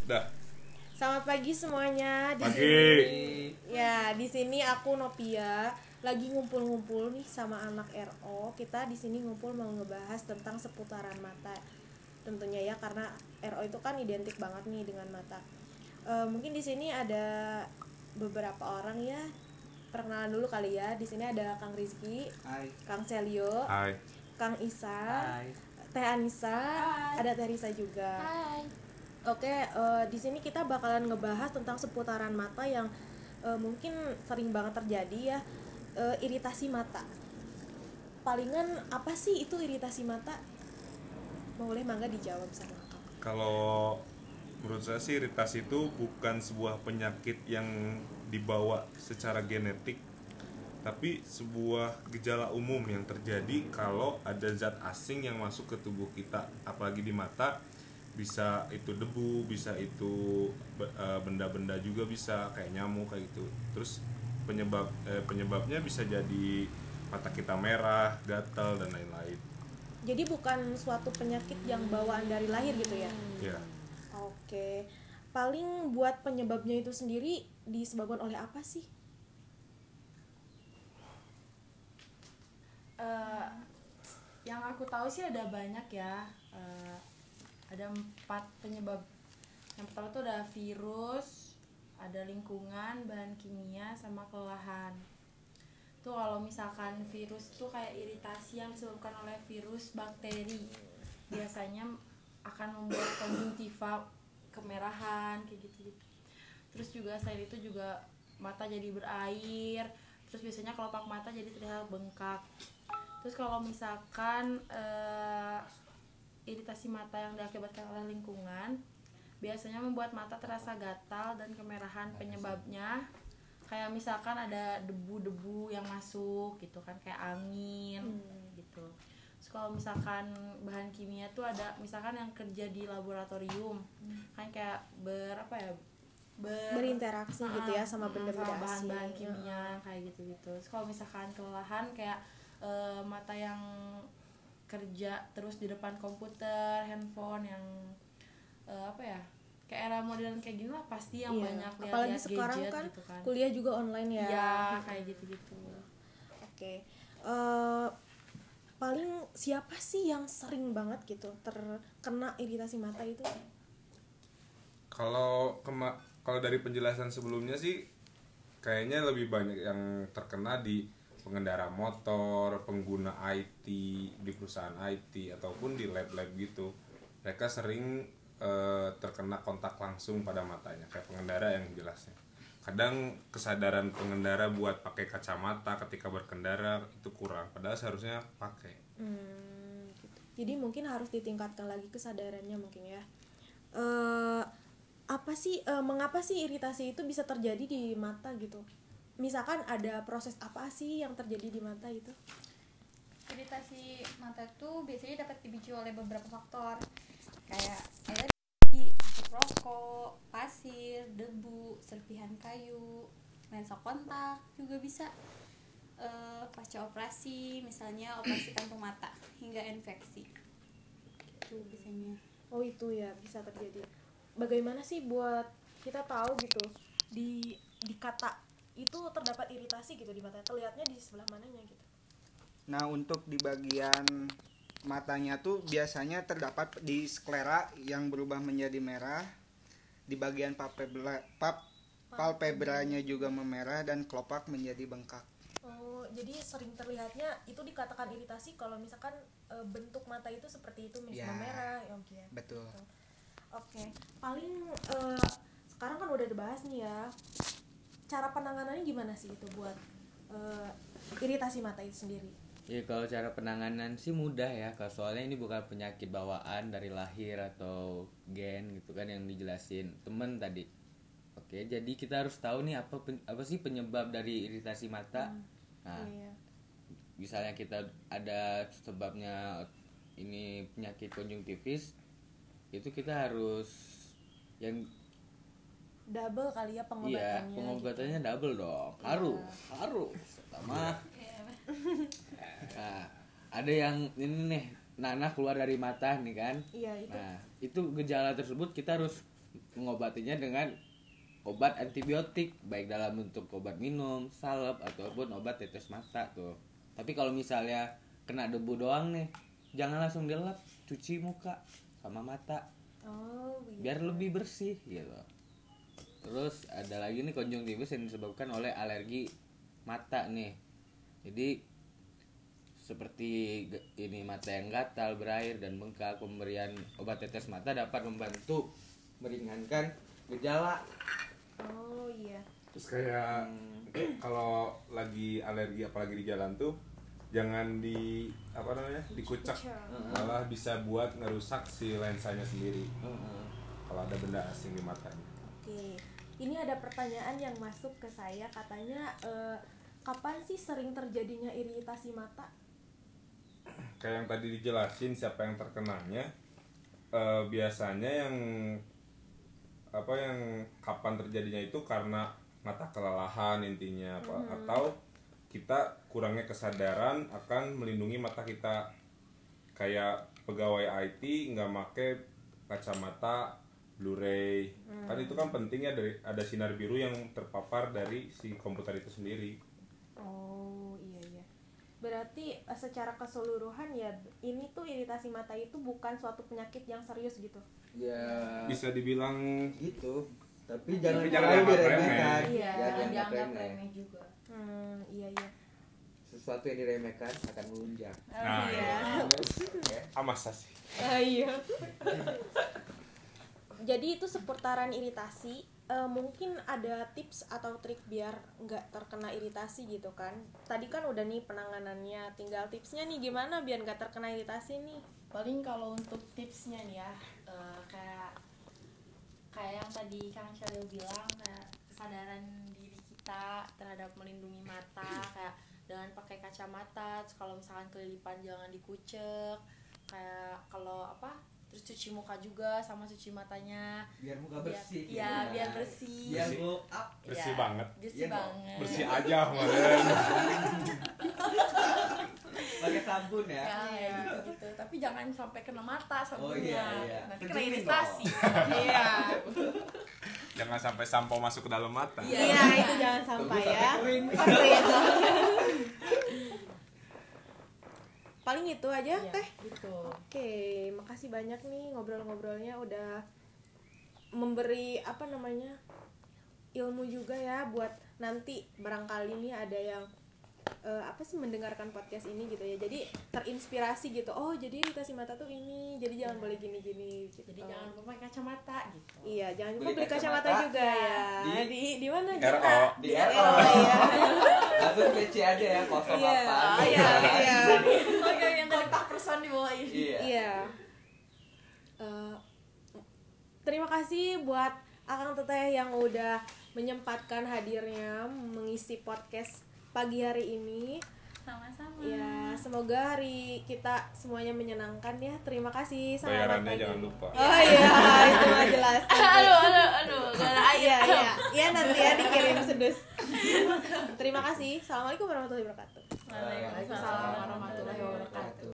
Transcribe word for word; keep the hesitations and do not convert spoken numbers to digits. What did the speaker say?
Dah. Selamat pagi semuanya. Di Pagi. Sini, ya, di sini aku Novia lagi ngumpul-ngumpul nih sama anak R O. Kita di sini ngumpul mau ngebahas tentang seputaran mata. Tentunya ya, karena R O itu kan identik banget nih dengan mata. E, mungkin di sini ada beberapa orang ya. Perkenalan dulu kali ya. Di sini ada Kang Rizky, Hai. Kang Celio, Hai. Kang Isa, Hai. Teh Anissa, Hai. ada Teh Risa juga. Hai. Oke, uh, di sini kita bakalan ngebahas tentang seputaran mata yang uh, mungkin sering banget terjadi ya, uh, iritasi mata. Palingan apa sih itu iritasi mata? Boleh mangga dijawab sama Kak. Kalau menurut saya sih iritasi itu bukan sebuah penyakit yang dibawa secara genetik, tapi sebuah gejala umum yang terjadi kalau ada zat asing yang masuk ke tubuh kita, apalagi di mata. Bisa itu debu, bisa itu benda-benda juga, bisa kayak nyamuk kayak gitu. Terus penyebab eh, penyebabnya bisa jadi mata kita merah, gatal dan lain-lain. Jadi bukan suatu penyakit yang bawaan dari lahir gitu ya? Ya. Oke. Paling buat penyebabnya itu sendiri disebabkan oleh apa sih? Uh, yang aku tahu sih ada banyak ya. Uh, ada empat penyebab. Yang pertama tuh ada virus, ada lingkungan, bahan kimia, sama kelelahan. Tuh kalau misalkan virus tuh kayak iritasi yang disebabkan oleh virus, bakteri, biasanya akan membuat konjungtiva, kemerahan kayak gitu. Terus juga selain itu juga mata jadi berair. Terus biasanya kelopak mata jadi terlihat bengkak. Terus kalau misalkan uh, iritasi mata yang diakibatkan oleh lingkungan biasanya membuat mata terasa gatal dan kemerahan. Penyebabnya kayak misalkan ada debu-debu yang masuk gitu kan, kayak angin hmm. gitu. Terus kalau misalkan bahan kimia tuh ada misalkan yang kerja di laboratorium hmm. kan kayak ber apa ya ber, berinteraksi uh, gitu ya sama benda-benda asing, bahan-bahan kimia uh. kayak gitu-gitu. Terus kalau misalkan kelelahan kayak uh, mata yang kerja terus di depan komputer, handphone yang uh, apa ya, kayak era modern kayak gini lah pasti yang iya, banyak lihat-lihat gadget kan, gitu kan. Kuliah juga online ya. Iya, kayak gitu-gitu. Oke. Uh, paling siapa sih yang sering banget gitu terkena iritasi mata itu? Kalau kema- kalau dari penjelasan sebelumnya sih kayaknya lebih banyak yang terkena di pengendara motor, pengguna I T di perusahaan I T ataupun di lab-lab gitu. Mereka sering e, terkena kontak langsung pada matanya, kayak pengendara yang jelasnya. Kadang kesadaran pengendara buat pakai kacamata ketika berkendara itu kurang, padahal seharusnya pakai. Hmm, gitu. Jadi mungkin harus ditingkatkan lagi kesadarannya mungkin ya. E, apa sih, e, mengapa sih iritasi itu bisa terjadi di mata gitu? Misalkan ada proses apa sih yang terjadi di mata itu? Iritasi mata itu biasanya dapat dipicu oleh beberapa faktor, kayak alergi, asap rokok, pasir, debu, serpihan kayu, lensa kontak juga bisa, e, pasca operasi, misalnya operasi kantung mata hingga infeksi. Itu biasanya. Oh itu ya bisa terjadi. Bagaimana sih buat kita tahu gitu di di kata itu terdapat iritasi gitu di mata, terlihatnya di sebelah mananya gitu. Nah, untuk di bagian matanya tuh biasanya terdapat di sklera yang berubah menjadi merah, di bagian palpebra, pap, palpebranya juga memerah dan kelopak menjadi bengkak. Oh, jadi sering terlihatnya itu dikatakan iritasi kalau misalkan e, bentuk mata itu seperti itu, misalnya ya, merah, ya, oke. Okay. Betul. Oke, okay. Paling e, sekarang kan udah dibahas nih ya. Cara penanganannya gimana sih itu buat uh, iritasi mata itu sendiri? Ya kalau cara penanganan sih mudah ya, kalau soalnya ini bukan penyakit bawaan dari lahir atau gen gitu kan yang dijelasin temen tadi. Oke, jadi kita harus tahu nih apa apa sih penyebab dari iritasi mata. Hmm, nah, iya. Misalnya kita ada sebabnya ini penyakit konjungtivis, itu kita harus yang double kali ya pengobatannya. Iya, pengobatannya gitu. Double dong. Harus, ya. harus. Sama. Nah, ada yang ini nih, nanah keluar dari mata nih kan. Iya, itu. Nah, itu gejala tersebut kita harus mengobatinya dengan obat antibiotik, baik dalam bentuk obat minum, salep ataupun obat tetes mata tuh. Tapi kalau misalnya kena debu doang nih, jangan langsung dilap, cuci muka sama mata Oh, begitu. biar lebih bersih gitu. Terus ada lagi nih konjungtivis yang disebabkan oleh alergi mata nih. Jadi seperti ge- ini mata yang gatal, berair dan bengkak, pemberian obat tetes mata dapat membantu meringankan gejala. Oh iya. Terus kayak kalau lagi alergi apalagi di jalan tuh jangan di apa namanya dikucek, Kucek. malah bisa buat ngerusak si lensanya sendiri Heeh. kalau ada benda asing di matanya. Oke, ini ada pertanyaan yang masuk ke saya, katanya eh, kapan sih sering terjadinya iritasi mata? Kayak yang tadi dijelasin siapa yang terkenanya, eh, biasanya yang apa yang kapan terjadinya itu karena mata kelelahan intinya apa atau kita kurangnya kesadaran akan melindungi mata kita, kayak pegawai I T nggak make kacamata Blu-ray kan itu kan pentingnya dari ada sinar biru yang terpapar dari si komputer itu sendiri. Oh iya iya. Berarti eh, secara keseluruhan ya ini tuh iritasi mata itu bukan suatu penyakit yang serius gitu. Ya Bisa dibilang gitu. Tapi jangan Tapi jangan terlalu dianggap diremehkan. remeh. Iya, Ya, Jangan dianggap dianggap remeh. remeh juga. Hmm iya iya. Sesuatu yang diremehkan akan melunjak. nah Iya. Oke. amasa sih. Ah, iya. Jadi itu seputaran iritasi. Eh, mungkin ada tips atau trik biar nggak terkena iritasi gitu kan? Tadi kan udah nih penanganannya, tinggal tipsnya nih gimana biar nggak terkena iritasi nih? Paling kalau untuk tipsnya nih ya, eh, kayak kayak yang tadi Kang Syaril bilang, kayak kesadaran diri kita terhadap melindungi mata, kayak dengan pakai kacamata, terus kalau misalkan kelilipan jangan dikucek, kayak kalau apa, terus cuci muka juga sama cuci matanya, Biar muka biar bersih. ya biar bersih, Biar glow up. Bersih Ya, banget. bersih Iya dong. banget, Bersih aja kemarin. Pakai sabun ya. ya kayak gitu-gitu, tapi jangan sampai kena mata sabunnya, Oh, iya, iya. nanti kena Kencingin iritasi. Iya. Jangan sampai sampo masuk ke dalam mata. Iya. Iya itu jangan sampai Tunggu ya. sampai kering. Kering. Paling itu aja Iya, teh. gitu. Oke, makasih banyak nih ngobrol-ngobrolnya udah memberi apa namanya ilmu juga ya buat nanti barangkali nih ada yang eh, apa sih mendengarkan podcast ini gitu ya. Jadi terinspirasi gitu. Oh, jadi iritasi mata tuh ini. Jadi jangan boleh gini-gini gitu. Jadi jangan lupa pakai kacamata gitu. Iya, jangan lupa Beli beli kacamata, kacamata juga ya. di- Di di mana R O. kita? Di Di R O. R O ya. Langsung P C aja ya kosong Iya, apa. oh, iya, iya. Oke, yang kontak person di bawah ini. Iya. Iya. Eh, terima kasih buat Akang Teteh yang udah menyempatkan hadirnya mengisi podcast pagi hari ini. Sama-sama. Ya, semoga hari kita semuanya menyenangkan ya. Terima kasih. Selamat Bayarannya pagi. jangan lupa. Oh iya, itu mah jelas. Aduh, aduh, aduh, gak ada air. Iya, iya. Iya nanti ya dikirim sedus. Terima kasih. Assalamualaikum warahmatullahi wabarakatuh. Waalaikumsalam warahmatullahi wabarakatuh.